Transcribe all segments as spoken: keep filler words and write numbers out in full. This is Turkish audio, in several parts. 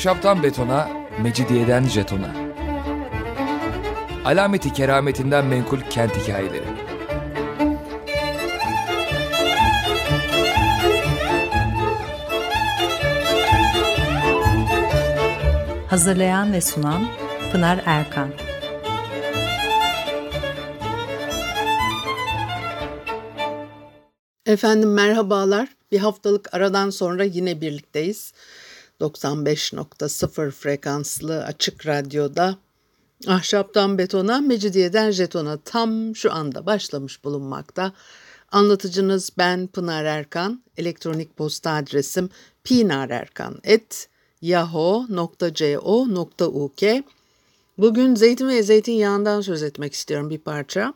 Ahşaptan betona, mecidiyeden jetona. Alameti kerametinden menkul kent hikayeleri. Hazırlayan ve sunan Pınar Erkan. Efendim merhabalar. Bir haftalık aradan sonra yine birlikteyiz. doksan beş nokta sıfır frekanslı açık radyoda Ahşaptan betona, mecidiyeden jetona tam şu anda başlamış bulunmakta. Anlatıcınız ben Pınar Erkan. Elektronik posta adresim pinarerkan at yahoo nokta co nokta uk. Bugün zeytin ve zeytinyağından söz etmek istiyorum bir parça.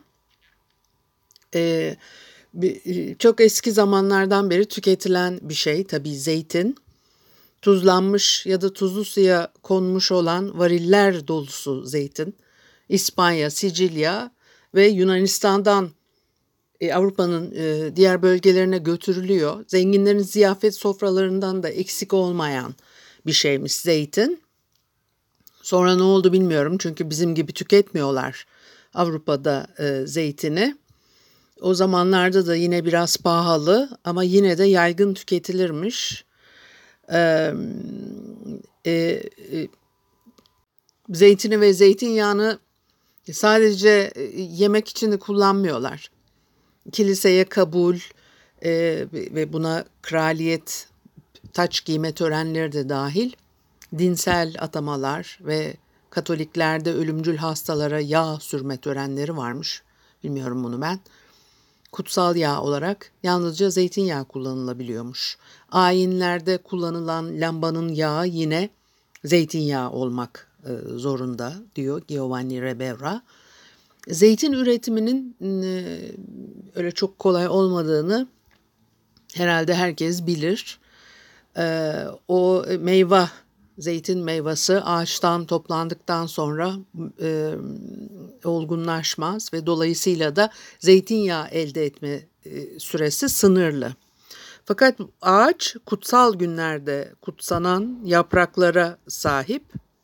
Ee, çok eski zamanlardan beri tüketilen bir şey tabii zeytin. Tuzlanmış ya da tuzlu suya konmuş olan variller dolusu zeytin, İspanya, Sicilya ve Yunanistan'dan e, Avrupa'nın e, diğer bölgelerine götürülüyor. Zenginlerin ziyafet sofralarından da eksik olmayan bir şeymiş zeytin. Sonra ne oldu bilmiyorum çünkü bizim gibi tüketmiyorlar Avrupa'da e, zeytini. O zamanlarda da yine biraz pahalı ama yine de yaygın tüketilirmiş. Ee, e, e, zeytini ve zeytinyağını sadece yemek için de kullanmıyorlar. Kiliseye kabul e, ve buna kraliyet taç giyme törenleri de dahil, dinsel atamalar ve Katoliklerde ölümcül hastalara yağ sürme törenleri varmış. Bilmiyorum bunu ben. Kutsal yağ olarak yalnızca zeytinyağı kullanılabiliyormuş. Ayinlerde kullanılan lambanın yağı yine zeytinyağı olmak e, zorunda diyor Giovanni Rebera. Zeytin üretiminin e, öyle çok kolay olmadığını herhalde herkes bilir. E, o meyve, zeytin meyvesi ağaçtan toplandıktan sonra e, olgunlaşmaz ve dolayısıyla da zeytinyağı elde etme e, süresi sınırlı. Fakat ağaç kutsal günlerde kutsanan yapraklara sahip.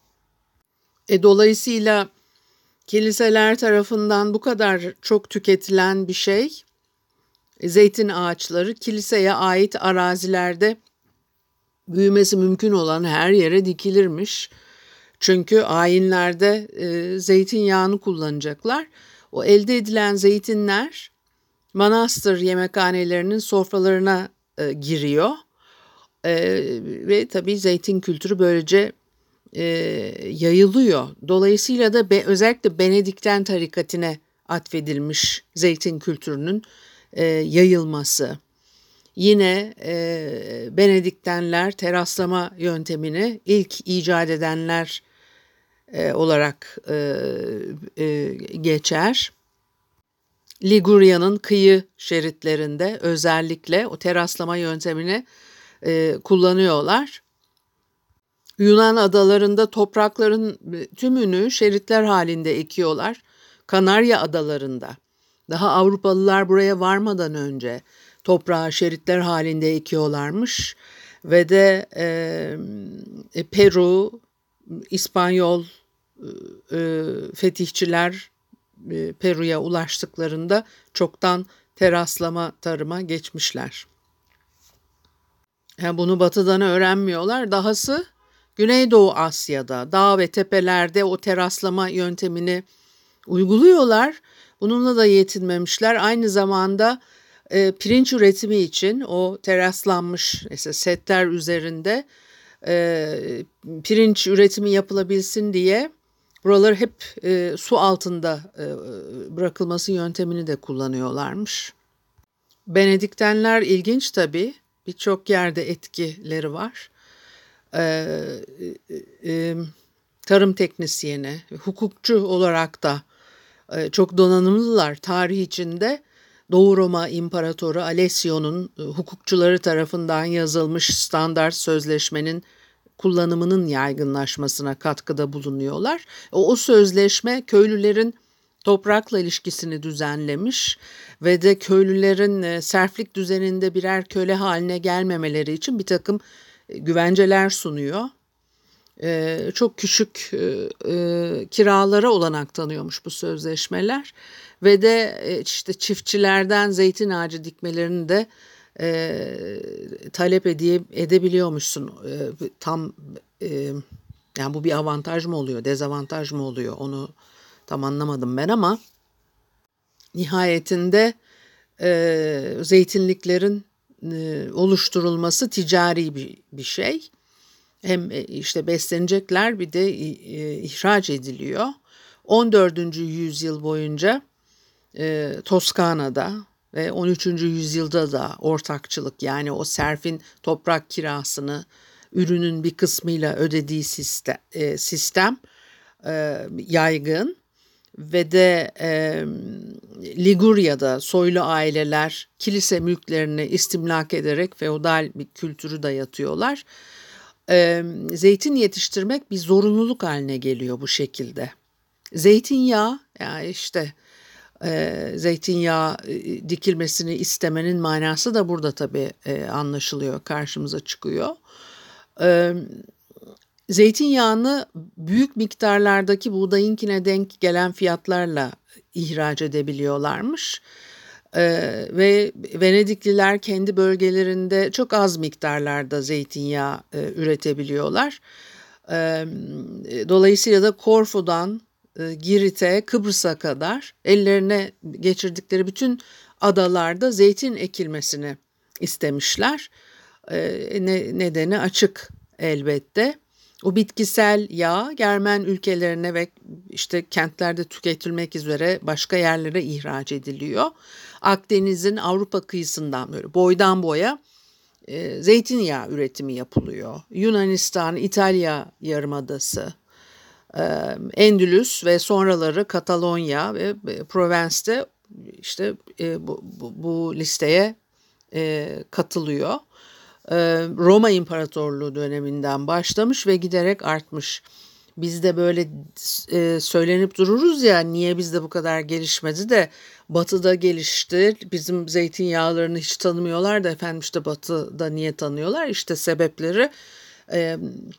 E, dolayısıyla kiliseler tarafından bu kadar çok tüketilen bir şey, zeytin ağaçları kiliseye ait arazilerde büyümesi mümkün olan her yere dikilirmiş. Çünkü ayinlerde e, zeytinyağını kullanacaklar. O elde edilen zeytinler manastır yemekhanelerinin sofralarına e, giriyor. E, ve tabii zeytin kültürü böylece e, yayılıyor. Dolayısıyla da be, özellikle Benedikten tarikatine atfedilmiş zeytin kültürünün e, yayılması. Yine e, Benediktenler teraslama yöntemini ilk icat edenler e, olarak e, e, geçer. Ligurya'nın kıyı şeritlerinde özellikle o teraslama yöntemini e, kullanıyorlar. Yunan adalarında toprakların tümünü şeritler halinde ekiyorlar. Kanarya adalarında daha Avrupalılar buraya varmadan önce toprağı şeritler halinde ekiyorlarmış ve de e, Peru, İspanyol e, fetihçiler e, Peru'ya ulaştıklarında çoktan teraslama tarıma geçmişler. Yani bunu batıdan öğrenmiyorlar. Dahası Güneydoğu Asya'da dağ ve tepelerde o teraslama yöntemini uyguluyorlar. Bununla da yetinmemişler. Aynı zamanda E, pirinç üretimi için o teraslanmış mesela setler üzerinde e, pirinç üretimi yapılabilsin diye buraları hep e, su altında e, bırakılması yöntemini de kullanıyorlarmış. Benediktenler ilginç tabii. Birçok yerde etkileri var. E, e, tarım teknisyeni, hukukçu olarak da e, çok donanımlılar tarih içinde. Doğu Roma İmparatoru Alesio'nun hukukçuları tarafından yazılmış standart sözleşmenin kullanımının yaygınlaşmasına katkıda bulunuyorlar. O, o sözleşme köylülerin toprakla ilişkisini düzenlemiş ve de köylülerin serflik düzeninde birer köle haline gelmemeleri için bir takım güvenceler sunuyor. e, çok küçük e, e, kiralara olanak tanıyormuş bu sözleşmeler ve de e, işte çiftçilerden zeytin ağacı dikmelerini de e, talep ede, edebiliyormuşsun. E, tam e, yani bu bir avantaj mı oluyor, dezavantaj mı oluyor onu tam anlamadım ben ama nihayetinde e, zeytinliklerin e, oluşturulması ticari bir, bir şey. Hem işte beslenecekler bir de e, ihraç ediliyor. on dördüncü yüzyıl boyunca e, Toskana'da ve on üçüncü yüzyılda da ortakçılık, yani o serfin toprak kirasını ürünün bir kısmıyla ödediği sistem, e, sistem e, yaygın ve de e, Ligurya'da soylu aileler kilise mülklerini istimlak ederek feodal bir kültürü dayatıyorlar. E, zeytin yetiştirmek bir zorunluluk haline geliyor bu şekilde. Zeytinyağı, yani işte e, zeytinyağı e, dikilmesini istemenin manası da burada tabii e, anlaşılıyor, karşımıza çıkıyor. E, Zeytinyağını büyük miktarlardaki buğdayınkine denk gelen fiyatlarla ihraç edebiliyorlarmış. Ee, ve Venedikliler kendi bölgelerinde çok az miktarlarda zeytinyağı e, üretebiliyorlar. Ee, dolayısıyla da Korfu'dan e, Girit'e, Kıbrıs'a kadar ellerine geçirdikleri bütün adalarda zeytin ekilmesini istemişler. Ee, ne, nedeni açık elbette. O bitkisel yağ Germen ülkelerine ve işte kentlerde tüketilmek üzere başka yerlere ihraç ediliyor. Akdeniz'in Avrupa kıyısından böyle boydan boya e, zeytinyağı üretimi yapılıyor. Yunanistan, İtalya Yarımadası, e, Endülüs ve sonraları Katalonya ve Provence'de işte e, bu, bu, bu listeye e, katılıyor. Roma İmparatorluğu döneminden başlamış ve giderek artmış. Biz de böyle e, söylenip dururuz ya, niye bizde bu kadar gelişmedi de Batı'da gelişti. Bizim zeytinyağlarını hiç tanımıyorlar da efendim işte Batı'da niye tanıyorlar? İşte sebepleri e,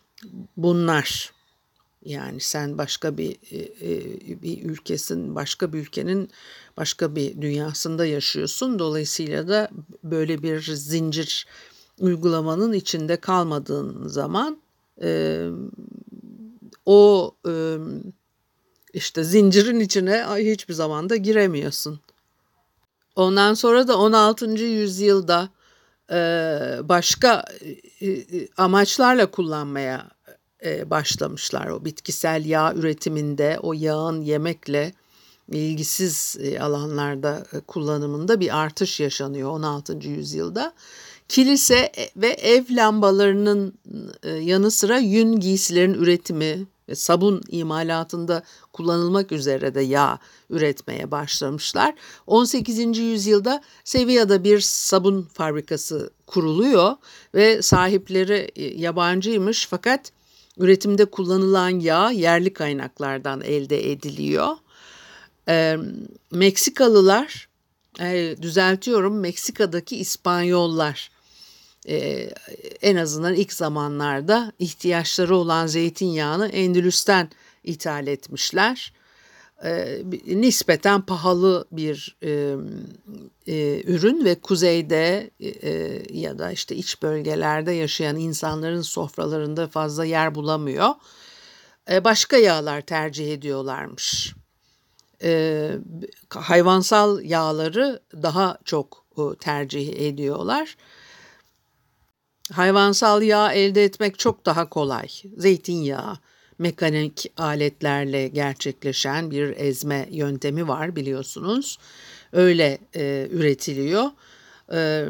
bunlar. Yani sen başka bir, e, bir ülkesin, başka bir ülkenin başka bir dünyasında yaşıyorsun. Dolayısıyla da böyle bir zincir uygulamanın içinde kalmadığın zaman e, o e, işte zincirin içine hiçbir zaman da giremiyorsun. Ondan sonra da on altıncı yüzyılda e, başka e, amaçlarla kullanmaya e, başlamışlar. O bitkisel yağ üretiminde, o yağın yemekle ilgisiz e, alanlarda e, kullanımında bir artış yaşanıyor on altıncı yüzyılda. Kilise ve ev lambalarının yanı sıra yün giysilerin üretimi ve sabun imalatında kullanılmak üzere de yağ üretmeye başlamışlar. on sekizinci yüzyılda Sevilla'da bir sabun fabrikası kuruluyor ve sahipleri yabancıymış fakat üretimde kullanılan yağ yerli kaynaklardan elde ediliyor. Ee, Meksikalılar, e, düzeltiyorum Meksika'daki İspanyollar Ee, en azından ilk zamanlarda ihtiyaçları olan zeytinyağını Endülüs'ten ithal etmişler. Ee, nispeten pahalı bir e, e, ürün ve kuzeyde e, ya da işte iç bölgelerde yaşayan insanların sofralarında fazla yer bulamıyor. Ee, başka yağlar tercih ediyorlarmış. Ee, hayvansal yağları daha çok e, tercih ediyorlar. Hayvansal yağ elde etmek çok daha kolay. Zeytinyağı, mekanik aletlerle gerçekleşen bir ezme yöntemi var biliyorsunuz. Öyle e, üretiliyor. E,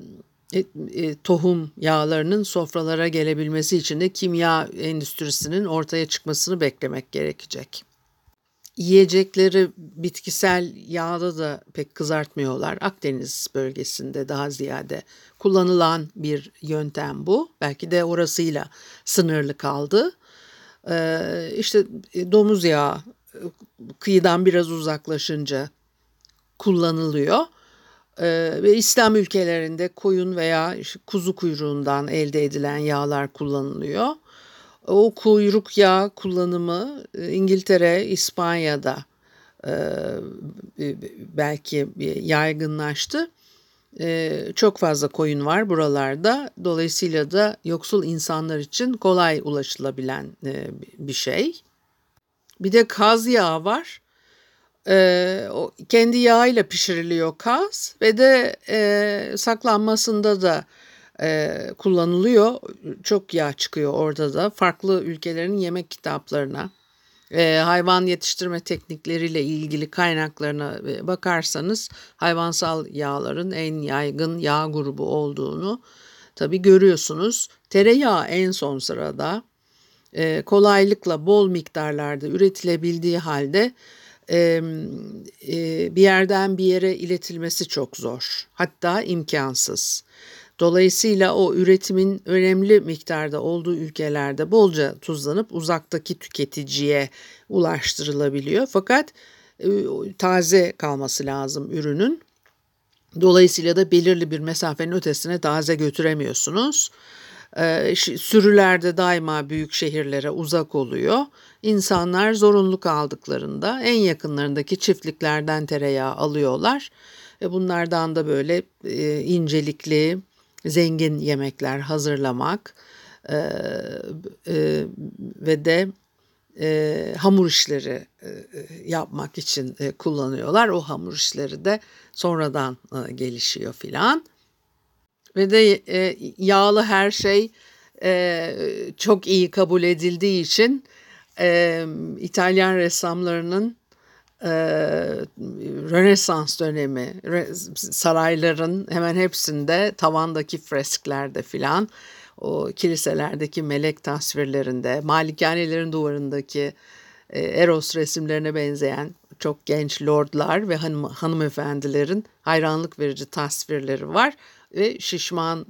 e, tohum yağlarının sofralara gelebilmesi için de kimya endüstrisinin ortaya çıkmasını beklemek gerekecek. Yiyecekleri bitkisel yağda da pek kızartmıyorlar. Akdeniz bölgesinde daha ziyade kullanılan bir yöntem bu. Belki de orasıyla sınırlı kaldı. Ee, işte domuz yağı kıyıdan biraz uzaklaşınca kullanılıyor. Ee, ve İslam ülkelerinde koyun veya kuzu kuyruğundan elde edilen yağlar kullanılıyor. O kuyruk yağı kullanımı e, İngiltere, İspanya'da e, belki yaygınlaştı. E, çok fazla koyun var buralarda. Dolayısıyla da yoksul insanlar için kolay ulaşılabilen e, bir şey. Bir de kaz yağı var. E, o kendi yağıyla pişiriliyor kaz ve de e, saklanmasında da e, kullanılıyor. Çok yağ çıkıyor orada da. Farklı ülkelerin yemek kitaplarına, e, hayvan yetiştirme teknikleriyle ilgili kaynaklarına bakarsanız hayvansal yağların en yaygın yağ grubu olduğunu tabii görüyorsunuz. Tereyağı en son sırada. E, kolaylıkla bol miktarlarda üretilebildiği halde e, e, bir yerden bir yere iletilmesi çok zor. Hatta imkansız. Dolayısıyla o üretimin önemli miktarda olduğu ülkelerde bolca tuzlanıp uzaktaki tüketiciye ulaştırılabiliyor. Fakat e, taze kalması lazım ürünün. Dolayısıyla da belirli bir mesafenin ötesine taze götüremiyorsunuz. Ee, sürülerde daima büyük şehirlere uzak oluyor. İnsanlar zorunlu kaldıklarında en yakınlarındaki çiftliklerden tereyağı alıyorlar. Ve bunlardan da böyle e, incelikli, zengin yemekler hazırlamak e, e, ve de e, hamur işleri e, yapmak için e, kullanıyorlar. O hamur işleri de sonradan e, gelişiyor filan. Ve de e, yağlı her şey e, çok iyi kabul edildiği için e, İtalyan ressamlarının e, Rönesans dönemi sarayların hemen hepsinde tavandaki fresklerde filan, o kiliselerdeki melek tasvirlerinde, malikanelerin duvarındaki e, Eros resimlerine benzeyen çok genç lordlar ve hanım, hanımefendilerin hayranlık verici tasvirleri var. Ve şişman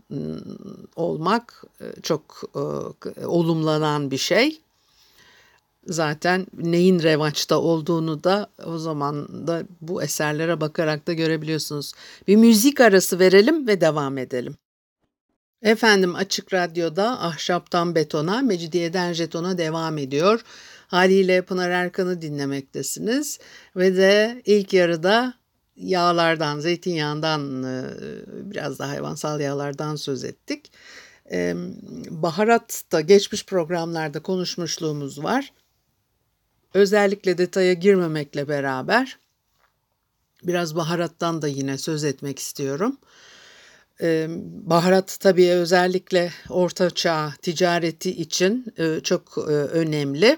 olmak çok e, olumlanan bir şey. Zaten neyin revaçta olduğunu da o zaman da bu eserlere bakarak da görebiliyorsunuz. Bir müzik arası verelim ve devam edelim. Efendim, Açık Radyo'da Ahşaptan Betona, Mecidiyeden Jeton'a devam ediyor. Haliyle Pınar Erkan'ı dinlemektesiniz ve de ilk yarıda yağlardan, zeytinyağından, biraz da hayvansal yağlardan söz ettik. Baharatta geçmiş programlarda konuşmuşluğumuz var. Özellikle detaya girmemekle beraber biraz baharattan da yine söz etmek istiyorum. Baharat tabii özellikle Orta Çağ ticareti için çok önemli.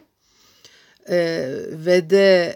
Ve de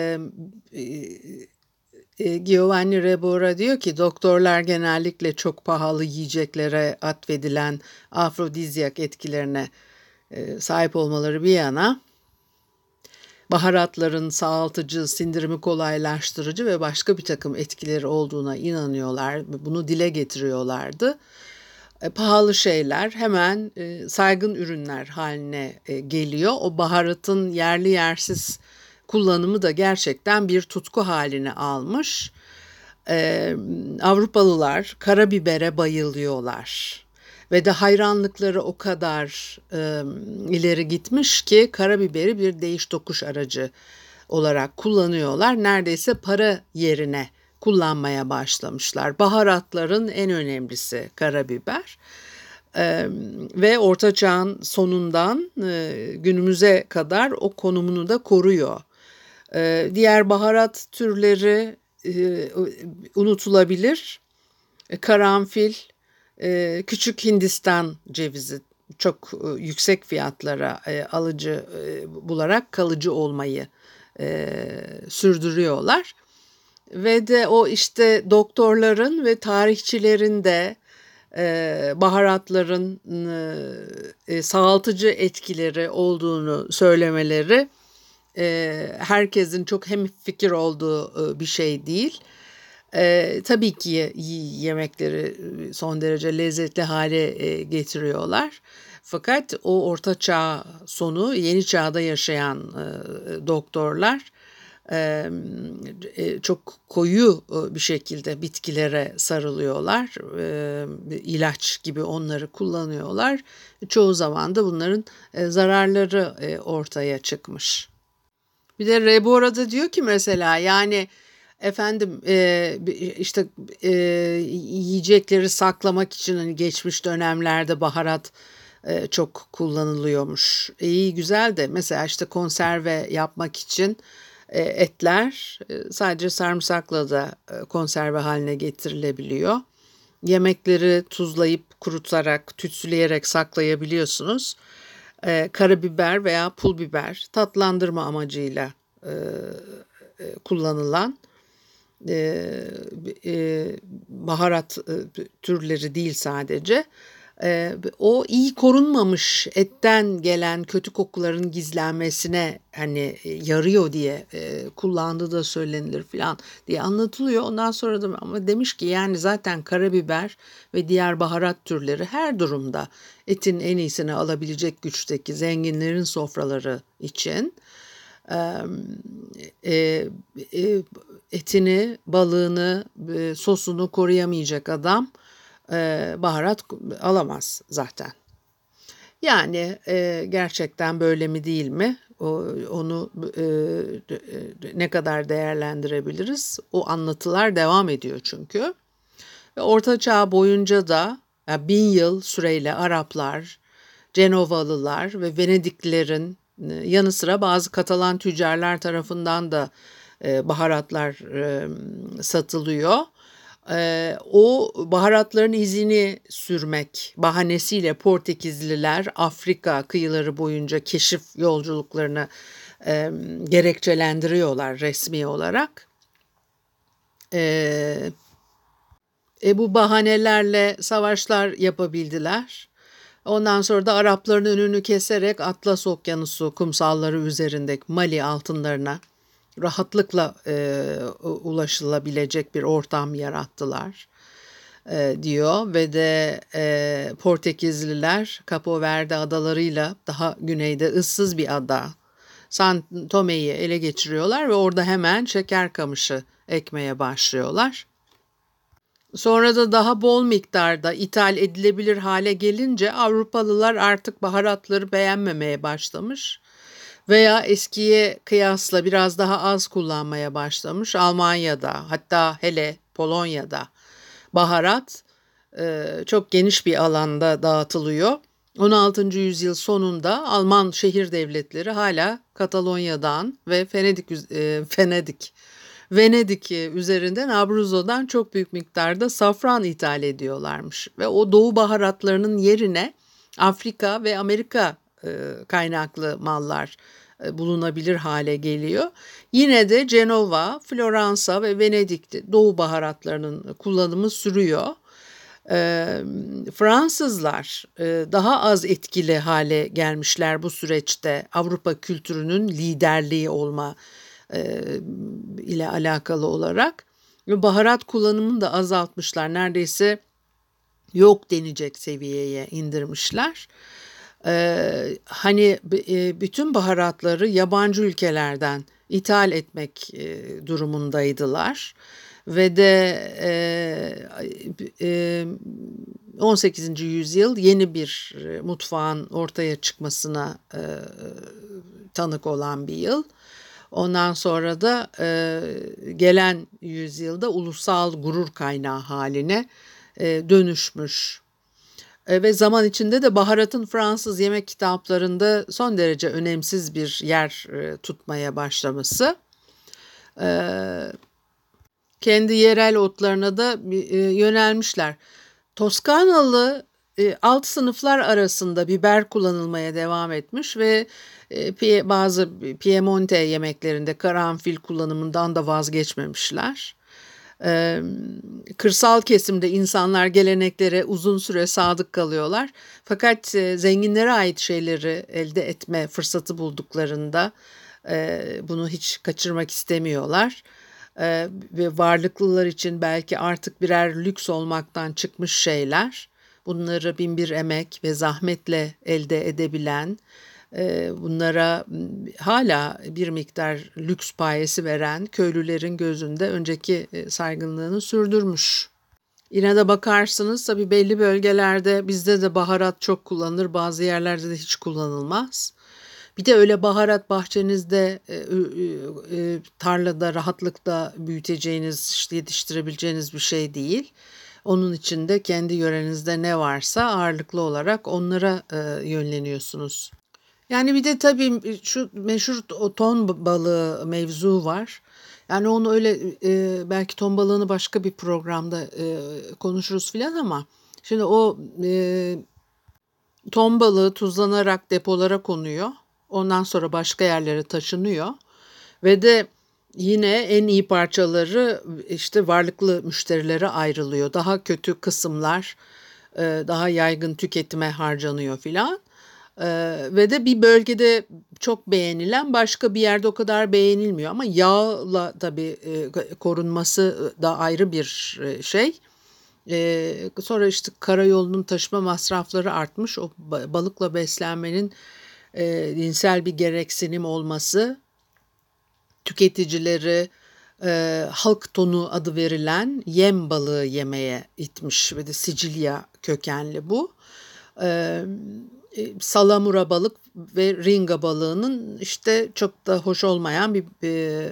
Giovanni Rebora diyor ki doktorlar genellikle çok pahalı yiyeceklere atfedilen afrodizyak etkilerine sahip olmaları bir yana, baharatların sağaltıcı, sindirimi kolaylaştırıcı ve başka bir takım etkileri olduğuna inanıyorlar. Bunu dile getiriyorlardı. E, pahalı şeyler hemen e, saygın ürünler haline e, geliyor. O baharatın yerli yersiz kullanımı da gerçekten bir tutku haline almış. Ee, Avrupalılar karabibere bayılıyorlar ve de hayranlıkları o kadar e, ileri gitmiş ki karabiberi bir değiş tokuş aracı olarak kullanıyorlar. Neredeyse para yerine kullanmaya başlamışlar. Baharatların en önemlisi karabiber. Ee, ve Orta Çağ'ın sonundan e, günümüze kadar o konumunu da koruyor. Ee, diğer baharat türleri e, unutulabilir. E, karanfil, e, küçük Hindistan cevizi çok e, yüksek fiyatlara e, alıcı e, bularak kalıcı olmayı e, sürdürüyorlar. Ve de o işte doktorların ve tarihçilerin de e, baharatların e, sağaltıcı etkileri olduğunu söylemeleri e, herkesin çok hemfikir olduğu e, bir şey değil. E, tabii ki yemekleri son derece lezzetli hale e, getiriyorlar. Fakat o Orta Çağ sonu, Yeni Çağ'da yaşayan e, doktorlar e, e, çok koyu e, bir şekilde bitkilere sarılıyorlar. E, ilaç gibi onları kullanıyorlar. Çoğu zaman da bunların e, zararları e, ortaya çıkmış. Bir de Rebora da diyor ki mesela yani efendim e, işte e, yiyecekleri saklamak için hani geçmiş dönemlerde baharat e, çok kullanılıyormuş. E, iyi güzel de mesela işte konserve yapmak için e, etler e, sadece sarımsakla da e, konserve haline getirilebiliyor. Yemekleri tuzlayıp kurutarak, tütsüleyerek saklayabiliyorsunuz. Ee, karabiber veya pul biber tatlandırma amacıyla e, e, kullanılan e, e, baharat e, türleri değil sadece. E, o iyi korunmamış etten gelen kötü kokuların gizlenmesine hani e, yarıyor diye e, kullandığı da söylenilir falan diye anlatılıyor. Ondan sonra da ama demiş ki yani zaten karabiber ve diğer baharat türleri her durumda etin en iyisini alabilecek güçteki zenginlerin sofraları için e, e, etini, balığını, e, sosunu koruyamayacak adam e, baharat alamaz zaten. Yani e, gerçekten böyle mi değil mi? O, onu e, ne kadar değerlendirebiliriz? O anlatılar devam ediyor çünkü. Ve Orta Çağ boyunca da yani bin yıl süreyle Araplar, Cenovalılar ve Venediklilerin e, yanı sıra bazı Katalan tüccarlar tarafından da e, baharatlar e, satılıyor. E, o baharatların izini sürmek bahanesiyle Portekizliler Afrika kıyıları boyunca keşif yolculuklarını e, gerekçelendiriyorlar resmi olarak. E, e, bu bahanelerle savaşlar yapabildiler. Ondan sonra da Arapların önünü keserek Atlas Okyanusu kumsalları üzerindeki Mali altınlarına rahatlıkla e, ulaşılabilecek bir ortam yarattılar e, diyor ve de e, Portekizliler Capo Verde adalarıyla daha güneyde ıssız bir ada San Tome'yi ele geçiriyorlar ve orada hemen şeker kamışı ekmeye başlıyorlar. Sonra da daha bol miktarda ithal edilebilir hale gelince Avrupalılar artık baharatları beğenmemeye başlamış veya eskiye kıyasla biraz daha az kullanmaya başlamış. Almanya'da hatta hele Polonya'da baharat e, çok geniş bir alanda dağıtılıyor. on altıncı yüzyıl sonunda Alman şehir devletleri hala Katalonya'dan ve Venedik, e, Venedik Venedik üzerinden Abruzzo'dan çok büyük miktarda safran ithal ediyorlarmış. Ve o doğu baharatlarının yerine Afrika ve Amerika e, kaynaklı mallar e, bulunabilir hale geliyor. Yine de Cenova, Floransa ve Venedik'te doğu baharatlarının kullanımı sürüyor. E, Fransızlar e, daha az etkili hale gelmişler bu süreçte Avrupa kültürünün liderliği olma e, ile alakalı olarak. Baharat kullanımını da azaltmışlar. Neredeyse yok denecek seviyeye indirmişler. Ee, hani e, bütün baharatları yabancı ülkelerden ithal etmek e, durumundaydılar. Ve de e, e, on sekizinci yüzyıl yeni bir mutfağın ortaya çıkmasına e, tanık olan bir yıl. Ondan sonra da e, gelen yüzyılda ulusal gurur kaynağı haline e, dönüşmüş. E, ve zaman içinde de baharatın Fransız yemek kitaplarında son derece önemsiz bir yer e, tutmaya başlaması. E, kendi yerel otlarına da e, yönelmişler. Toskanalı e, alt sınıflar arasında biber kullanılmaya devam etmiş ve e, bazı Piemonte yemeklerinde karanfil kullanımından da vazgeçmemişler. E, kırsal kesimde insanlar geleneklere uzun süre sadık kalıyorlar. Fakat e, zenginlere ait şeyleri elde etme fırsatı bulduklarında e, bunu hiç kaçırmak istemiyorlar. Ee, ve varlıklılar için belki artık birer lüks olmaktan çıkmış şeyler. Bunları bin bir emek ve zahmetle elde edebilen e, bunlara hala bir miktar lüks payesi veren köylülerin gözünde önceki e, saygınlığını sürdürmüş. Yine de bakarsınız tabii belli bölgelerde bizde de baharat çok kullanılır, bazı yerlerde de hiç kullanılmaz. Bir de öyle baharat bahçenizde, e, e, tarlada rahatlıkla büyüteceğiniz, işte yetiştirebileceğiniz bir şey değil. Onun için de kendi yörenizde ne varsa ağırlıklı olarak onlara e, yönleniyorsunuz. Yani bir de tabii şu meşhur ton balığı mevzu var. Yani onu öyle e, belki ton balığını başka bir programda e, konuşuruz filan ama şimdi o e, ton balığı tuzlanarak depolara konuyor. Ondan sonra başka yerlere taşınıyor ve de yine en iyi parçaları işte varlıklı müşterilere ayrılıyor. Daha kötü kısımlar e, daha yaygın tüketime harcanıyor filan. Ee, ve de bir bölgede çok beğenilen başka bir yerde o kadar beğenilmiyor ama yağla tabii e, korunması da ayrı bir e, şey. Ee, sonra işte karayolunun taşıma masrafları artmış. O balıkla beslenmenin e, dinsel bir gereksinim olması tüketicileri e, halk tonu adı verilen yem balığı yemeye itmiş ve de Sicilya kökenli bu. E, Salamura balık ve ringa balığının işte çok da hoş olmayan bir e,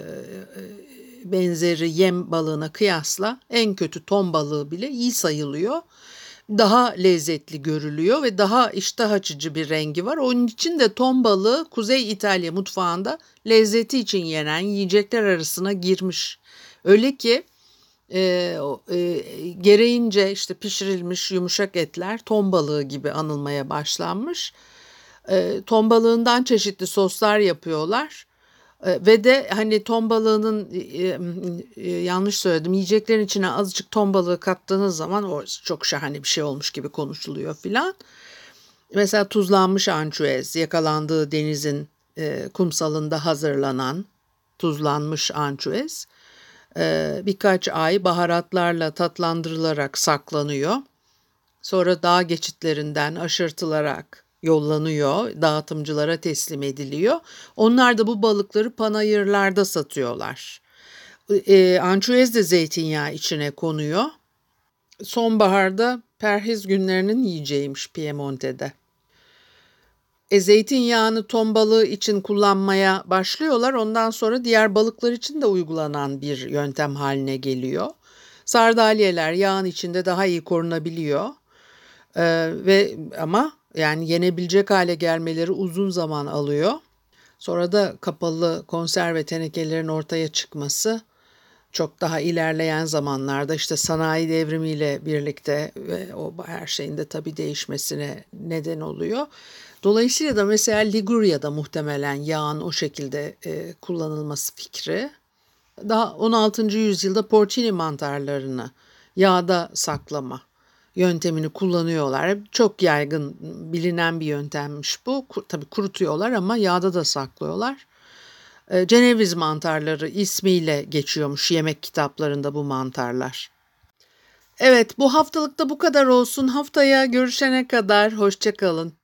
benzeri yem balığına kıyasla en kötü ton balığı bile iyi sayılıyor. Daha lezzetli görülüyor ve daha iştah açıcı bir rengi var. Onun için de ton balığı Kuzey İtalya mutfağında lezzeti için yenen yiyecekler arasına girmiş. Öyle ki e, e, gereğince işte pişirilmiş yumuşak etler ton balığı gibi anılmaya başlanmış. E, ton balığından çeşitli soslar yapıyorlar. Ve de hani ton balığının e, yanlış söyledim yiyeceklerin içine azıcık ton balığı kattığınız zaman o çok şahane bir şey olmuş gibi konuşuluyor filan. Mesela tuzlanmış ançuez yakalandığı denizin e, kumsalında hazırlanan tuzlanmış ançuez e, birkaç ay baharatlarla tatlandırılarak saklanıyor. Sonra dağ geçitlerinden aşırtılarak yollanıyor, dağıtımcılara teslim ediliyor. Onlar da bu balıkları panayırlarda satıyorlar. E, ançuez de zeytinyağı içine konuyor. Sonbaharda perhiz günlerinin yiyeceğiymiş Piemonte'de. E, zeytinyağını ton balığı için kullanmaya başlıyorlar. Ondan sonra diğer balıklar için de uygulanan bir yöntem haline geliyor. Sardalyeler yağın içinde daha iyi korunabiliyor. Ee, ve ama yani yenebilecek hale gelmeleri uzun zaman alıyor. Sonra da kapalı konserve tenekelerin ortaya çıkması çok daha ilerleyen zamanlarda işte sanayi devrimiyle birlikte ve o her şeyin de tabii değişmesine neden oluyor. Dolayısıyla da mesela Ligurya'da muhtemelen yağın o şekilde e, kullanılması fikri. Daha on altıncı yüzyılda porcini mantarlarını yağda saklama yöntemini kullanıyorlar. Çok yaygın bilinen bir yöntemmiş bu. Tabii kurutuyorlar ama yağda da saklıyorlar. Ceneviz mantarları ismiyle geçiyormuş yemek kitaplarında bu mantarlar. Evet, bu haftalıkta bu kadar olsun. Haftaya görüşene kadar hoşça kalın.